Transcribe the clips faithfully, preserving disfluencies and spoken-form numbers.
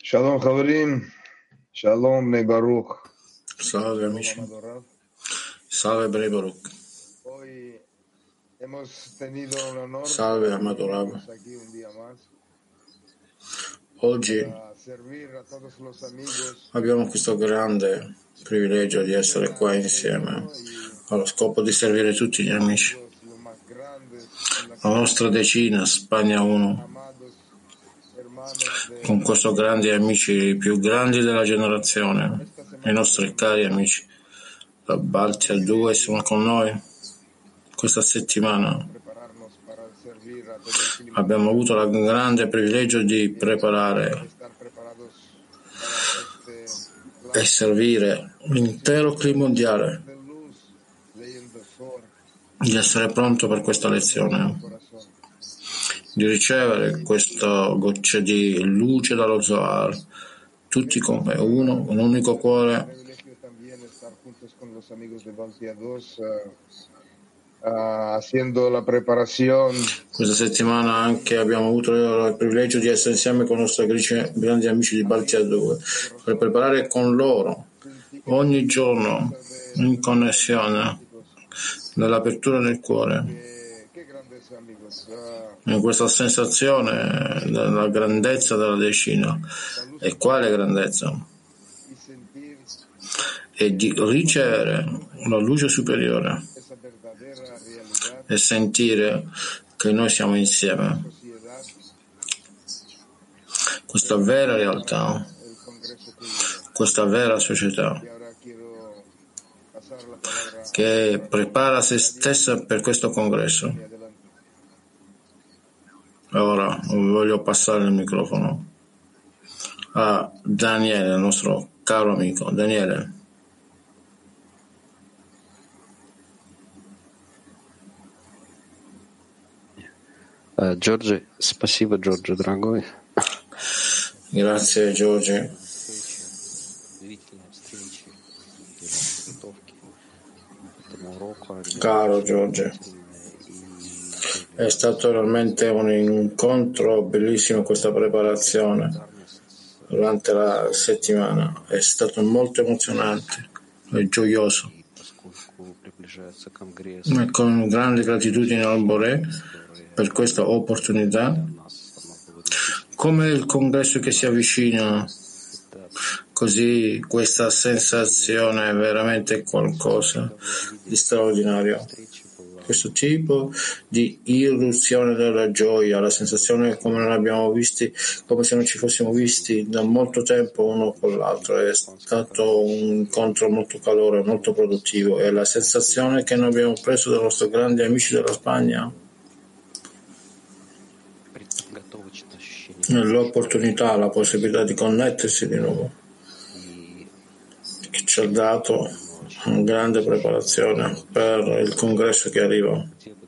Shalom Chavarim, Shalom Bnei Baruch. Salve amici, salve Bnei Baruch, salve amato Rav. Oggi abbiamo questo grande privilegio di essere qua insieme allo scopo di servire tutti gli amici. La nostra decina, Spagna uno, con questi grandi amici, i più grandi della generazione, i nostri cari amici. La Baltia due sono con noi. Questa settimana abbiamo avuto il grande privilegio di preparare e servire l'intero clima mondiale, di essere pronto per questa lezione, di ricevere questa goccia di luce dallo Zohar, tutti come uno, un unico cuore. Questa settimana anche abbiamo avuto il privilegio di essere insieme con i nostri grandi amici di Baltia due per preparare con loro ogni giorno in connessione nell'apertura del cuore, in questa sensazione della grandezza della decina. E quale grandezza? E di ricevere la luce superiore e sentire che noi siamo insieme. Questa vera realtà, questa vera società che prepara se stessa per questo congresso. E ora voglio passare il microfono a Daniele, il nostro caro amico. Daniele. Giorgio, спасибо, Giorgio, дорогой. Grazie, Giorgio. Caro Giorgio, è stato realmente un incontro bellissimo questa preparazione durante la settimana, è stato molto emozionante e gioioso, e con grande gratitudine al Boré per questa opportunità. Come il congresso che si avvicina, così questa sensazione è veramente qualcosa di straordinario. Questo tipo di irruzione della gioia, la sensazione come non abbiamo visti, come se non ci fossimo visti da molto tempo uno con l'altro, è stato un incontro molto calore, molto produttivo, e la sensazione che noi abbiamo preso dai nostri grandi amici della Spagna, l'opportunità, la possibilità di connettersi di nuovo, che ci ha dato una grande preparazione per il congresso che arriva.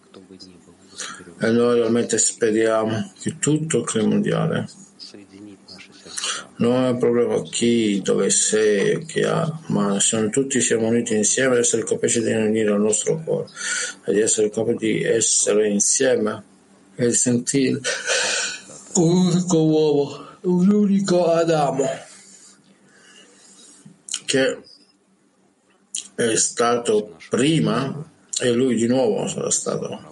E noi realmente speriamo che tutto il clima mondiale, non è un problema chi, dove sei, chi ha, ma se tutti siamo uniti insieme, essere capaci di unire il nostro cuore e di essere capaci di essere insieme e sentire un unico uomo, un unico Adamo che è stato prima e lui di nuovo sarà stato.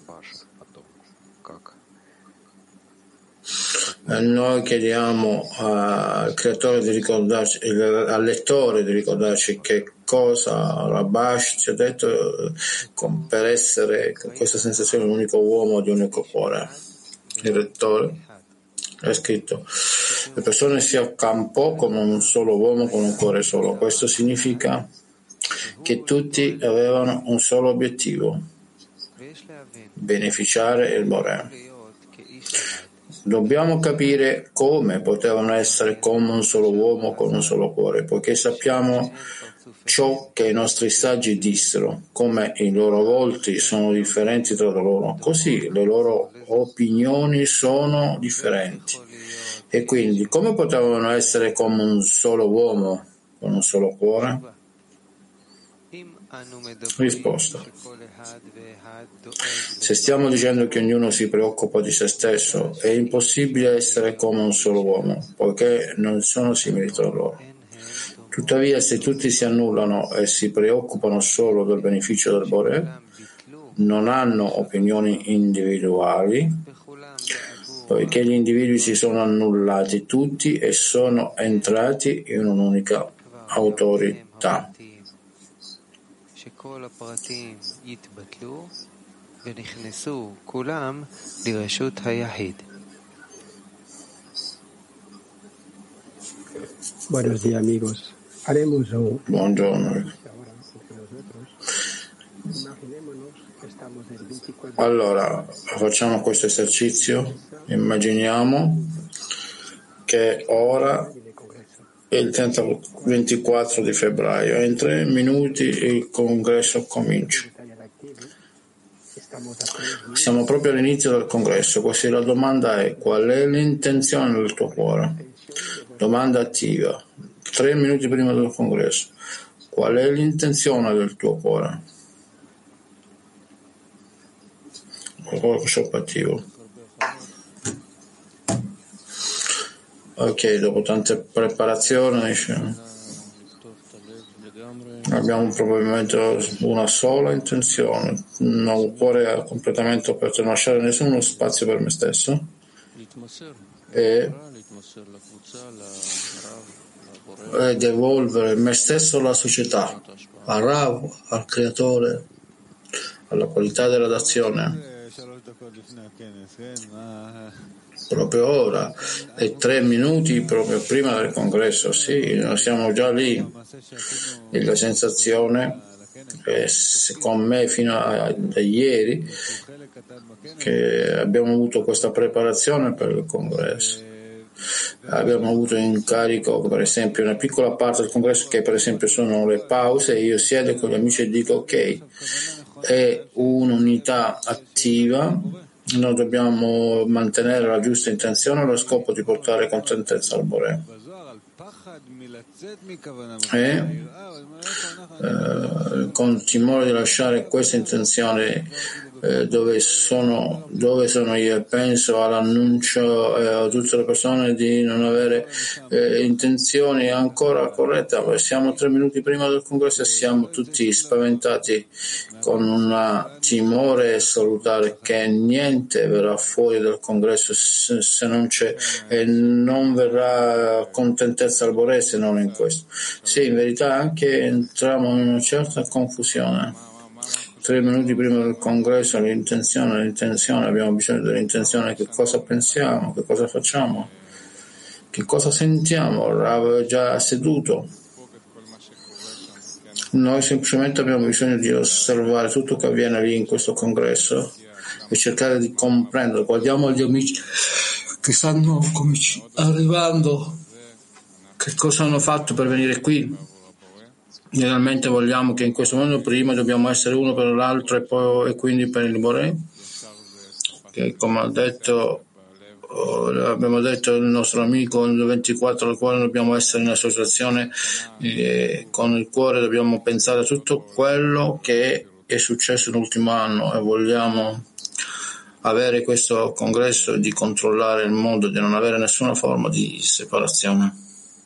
E noi chiediamo al creatore di ricordarci, al lettore di ricordarci che cosa Rabash ci ha detto per essere con questa sensazione un unico uomo di un unico cuore. Il lettore è scritto: le persone si accampò come un solo uomo con un cuore solo. Questo significa che tutti avevano un solo obiettivo: beneficiare il Boré. Dobbiamo capire come potevano essere come un solo uomo con un solo cuore, poiché sappiamo ciò che i nostri saggi dissero, come i loro volti sono differenti tra loro, così le loro opinioni sono differenti. E quindi come potevano essere come un solo uomo con un solo cuore? Risposta. Se stiamo dicendo che ognuno si preoccupa di se stesso, è impossibile essere come un solo uomo, poiché non sono simili tra loro. Tuttavia, se tutti si annullano e si preoccupano solo del beneficio del Bore, non hanno opinioni individuali, poiché gli individui si sono annullati tutti e sono entrati in un'unica autorità. Buenos días, amigos. Haremos un... Buongiorno. Allora, facciamo questo esercizio. Immaginiamo che ora è il trenta ventiquattro di febbraio e in tre minuti il congresso comincia. Siamo proprio all'inizio del congresso, così la domanda è: qual è l'intenzione del tuo cuore? Domanda attiva. Tre minuti prima del congresso. Qual è l'intenzione del tuo cuore? Workshop attivo. Ok, dopo tante preparazioni abbiamo probabilmente una sola intenzione, un cuore completamente aperto, non lasciare nessuno spazio per me stesso e, e devolvere me stesso alla società, al Rav, al creatore, alla qualità della d'azione. Proprio ora e tre minuti proprio prima del congresso, sì, noi siamo già lì e la sensazione è con me fino a, a ieri che abbiamo avuto questa preparazione per il congresso, abbiamo avuto in carico per esempio una piccola parte del congresso che per esempio sono le pause e io siedo con gli amici e dico ok, è un'unità attiva. Noi dobbiamo mantenere la giusta intenzione allo scopo di portare contentezza al Bore. E eh, con timore di lasciare questa intenzione eh, dove sono dove sono io e penso all'annuncio eh, a tutte le persone di non avere eh, intenzioni ancora corrette. Siamo tre minuti prima del congresso e siamo tutti spaventati con un timore salutare che niente verrà fuori dal congresso se, se non c'è e non verrà contentezza al Bore se non in questo. Sì, in verità anche entriamo in una certa confusione. Tre minuti prima del congresso l'intenzione, l'intenzione, abbiamo bisogno dell'intenzione, che cosa pensiamo, che cosa facciamo, che cosa sentiamo. Rav è già seduto. Noi semplicemente abbiamo bisogno di osservare tutto che avviene lì in questo congresso e cercare di comprendere. Guardiamo gli amici che stanno arrivando, che cosa hanno fatto per venire qui. Generalmente vogliamo che in questo momento prima dobbiamo essere uno per l'altro e poi e quindi per il Bore, che come ha detto abbiamo detto il nostro amico il ventiquattro, al quale dobbiamo essere in associazione eh, con il cuore, dobbiamo pensare a tutto quello che è successo l'ultimo anno e vogliamo avere questo congresso di controllare il mondo, di non avere nessuna forma di separazione.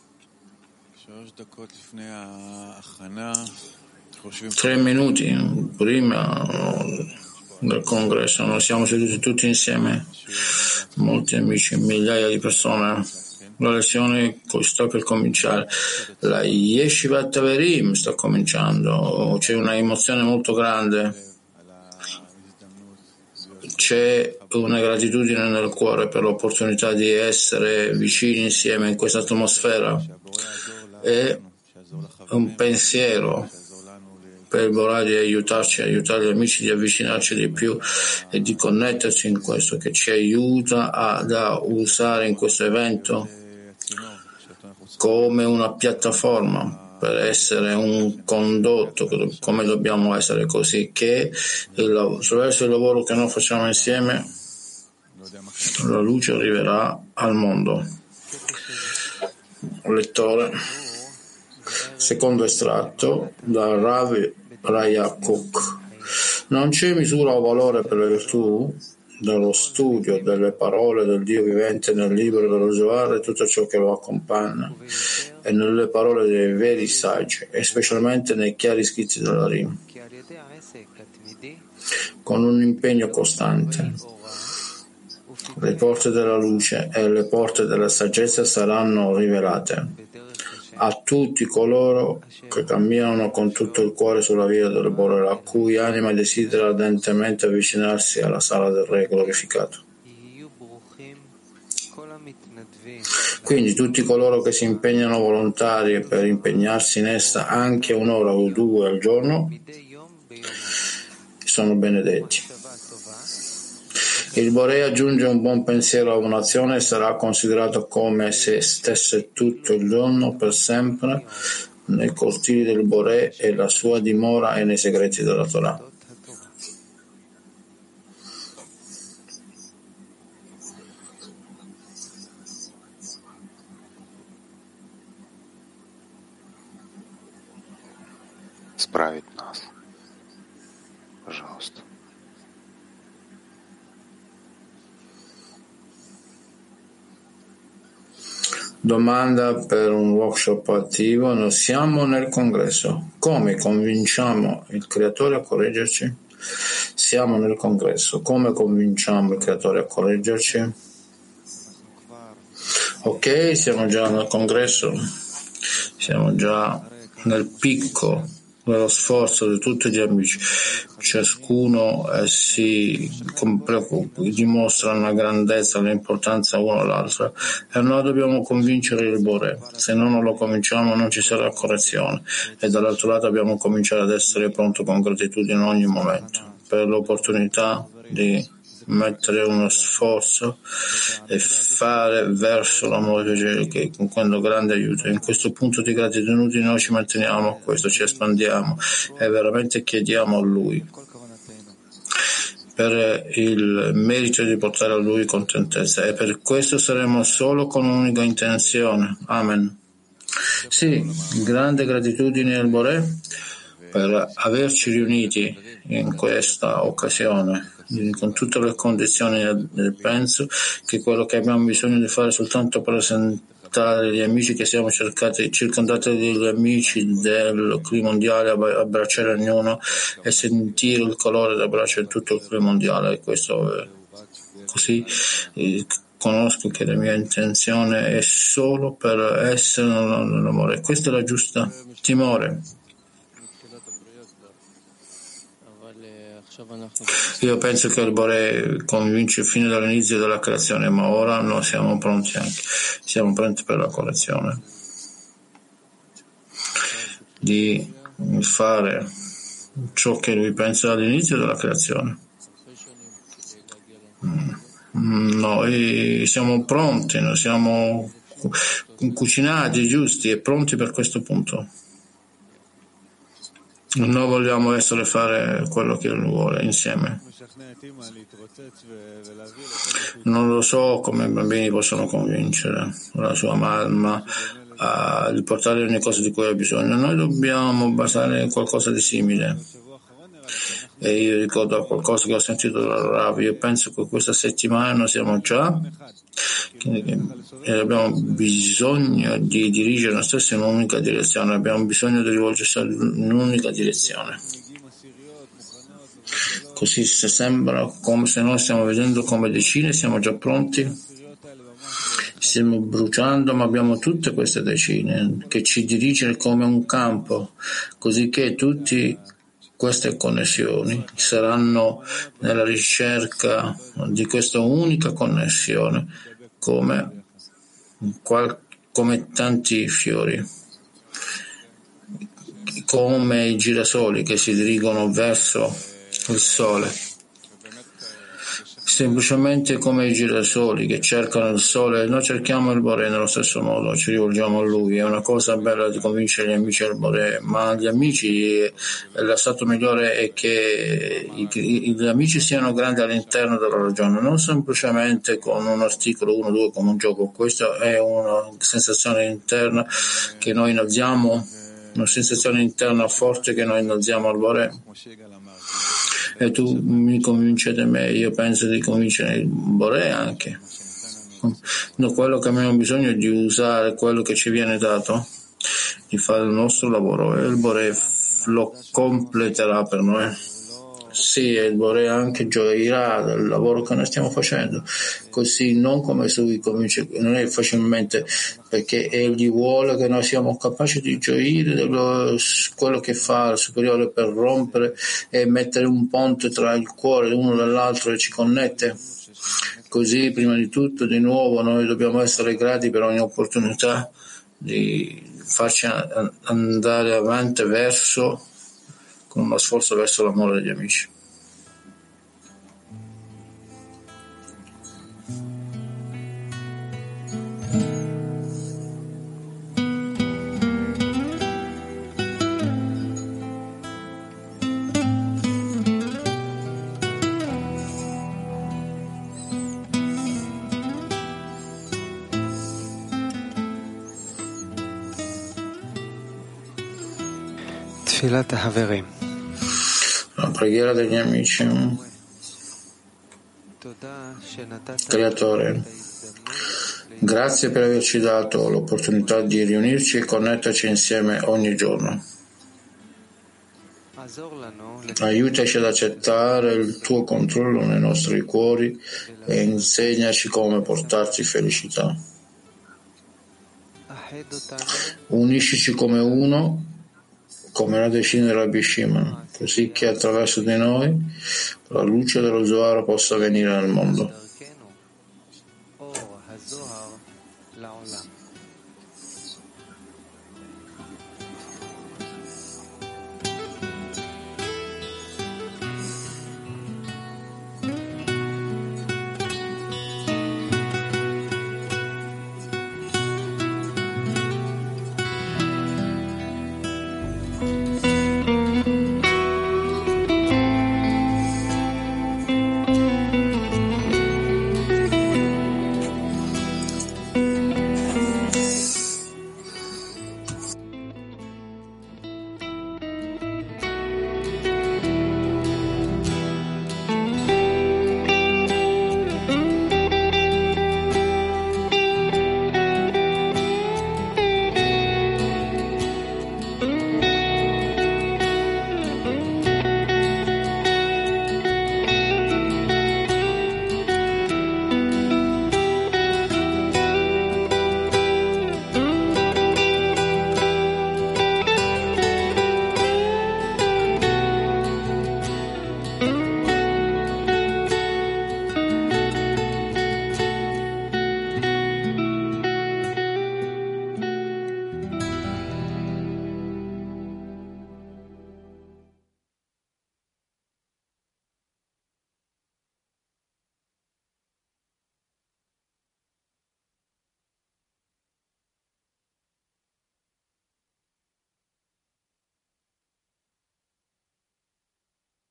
Tre minuti prima del congresso noi siamo seduti tutti insieme, molti amici, migliaia di persone. La lezione sta per cominciare, la Yeshivat Averim sta cominciando, c'è una emozione molto grande, c'è una gratitudine nel cuore per l'opportunità di essere vicini insieme in questa atmosfera e un pensiero per il Bore di aiutarci, aiutare gli amici di avvicinarci di più e di connetterci in questo, che ci aiuta ad a usare in questo evento come una piattaforma per essere un condotto, come dobbiamo essere, così che il, attraverso il lavoro che noi facciamo insieme la luce arriverà al mondo. Lettore, Secondo estratto da Rav Raya Kook. Non c'è misura o valore per la virtù dello studio delle parole del Dio vivente nel libro dello Zohar e tutto ciò che lo accompagna, e nelle parole dei veri saggi, e specialmente nei chiari scritti della Rim, con un impegno costante. Le porte della luce e le porte della saggezza saranno rivelate a tutti coloro che camminano con tutto il cuore sulla via del Bore, la cui anima desidera ardentemente avvicinarsi alla sala del Re glorificato. Quindi tutti coloro che si impegnano volontari per impegnarsi in essa anche un'ora o due al giorno sono benedetti. Il Boré aggiunge un buon pensiero a un'azione e sarà considerato come se stesse tutto il giorno per sempre nei cortili del Boré, e la sua dimora è nei segreti della Torah. Справить нас, пожалуйста. Domanda per un workshop attivo. Noi siamo nel congresso. Come convinciamo il creatore a correggerci? Siamo nel congresso. Come convinciamo il creatore a correggerci? Ok, siamo già nel congresso. Siamo già nel picco dello sforzo di tutti gli amici. Ciascuno eh, si dimostra una grandezza, l'importanza uno all'altro, e noi dobbiamo convincere il Boré. Se noi non lo convinciamo non ci sarà correzione, e dall'altro lato dobbiamo cominciare ad essere pronti con gratitudine in ogni momento per l'opportunità di mettere uno sforzo e fare verso l'amore che con quello grande aiuto. In questo punto di gratitudine noi ci manteniamo a questo, ci espandiamo e veramente chiediamo a Lui per il merito di portare a Lui contentezza, e per questo saremo solo con un'unica intenzione. Amen. Sì, grande gratitudine al Boré per averci riuniti in questa occasione con tutte le condizioni. Penso che quello che abbiamo bisogno di fare è soltanto presentare gli amici che siamo cercati, circondati degli amici del clima mondiale, abbracciare ognuno e sentire il colore del braccio di tutto il clima mondiale. E questo è così. Conosco che la mia intenzione è solo per essere nell'amore. Questa è la giusta timore. Io penso che il Boré convince fino dall'inizio della creazione, ma ora noi siamo pronti anche, siamo pronti per la correzione, di fare ciò che lui pensa all'inizio della creazione. Noi siamo pronti, noi siamo cucinati, giusti e pronti per questo punto. Noi vogliamo essere fare quello che lui vuole insieme. Non lo so come i bambini possono convincere la sua mamma a portare ogni cosa di cui ha bisogno. Noi dobbiamo basare qualcosa di simile. E io ricordo qualcosa che ho sentito dalla Rav. Io penso che questa settimana noi siamo già e abbiamo bisogno di dirigere noi stessi in un'unica direzione, abbiamo bisogno di rivolgersi in un'unica direzione. Così se sembra come se noi stiamo vedendo come decine, siamo già pronti, stiamo bruciando, ma abbiamo tutte queste decine che ci dirigono come un campo, così che tutte queste connessioni saranno nella ricerca di questa unica connessione, come, come tanti fiori, come i girasoli che si dirigono verso il sole, semplicemente come i girasoli che cercano il sole. Noi cerchiamo il Boré nello stesso modo, ci rivolgiamo a Lui. È una cosa bella di convincere gli amici al Boré, ma gli amici, lo stato migliore è che gli amici siano grandi all'interno della ragione, non semplicemente con un articolo uno due come un gioco. Questa è una sensazione interna che noi innalziamo una sensazione interna forte che noi innalziamo al Boré. E tu mi convinci di me, io penso di convincere il Boré anche. No, quello che abbiamo bisogno è di usare quello che ci viene dato, di fare il nostro lavoro e il Boré lo completerà per noi. Sì, e il Boré anche gioirà del lavoro che noi stiamo facendo, così non come lui comincia, non è facilmente, perché egli vuole che noi siamo capaci di gioire dello, quello che fa il superiore per rompere e mettere un ponte tra il cuore l'uno dell'altro e ci connette. Così, prima di tutto, di nuovo, noi dobbiamo essere grati per ogni opportunità di farci andare avanti verso, con uno sforzo verso l'amore degli amici. La preghiera degli amici. Creatore, grazie per averci dato l'opportunità di riunirci e connetterci insieme ogni giorno. Aiutaci ad accettare il tuo controllo nei nostri cuori e insegnaci come portarci felicità. Uniscici come uno, come la decina della Rabbi Shimon, così che attraverso di noi la luce dello Zohar possa venire nel mondo.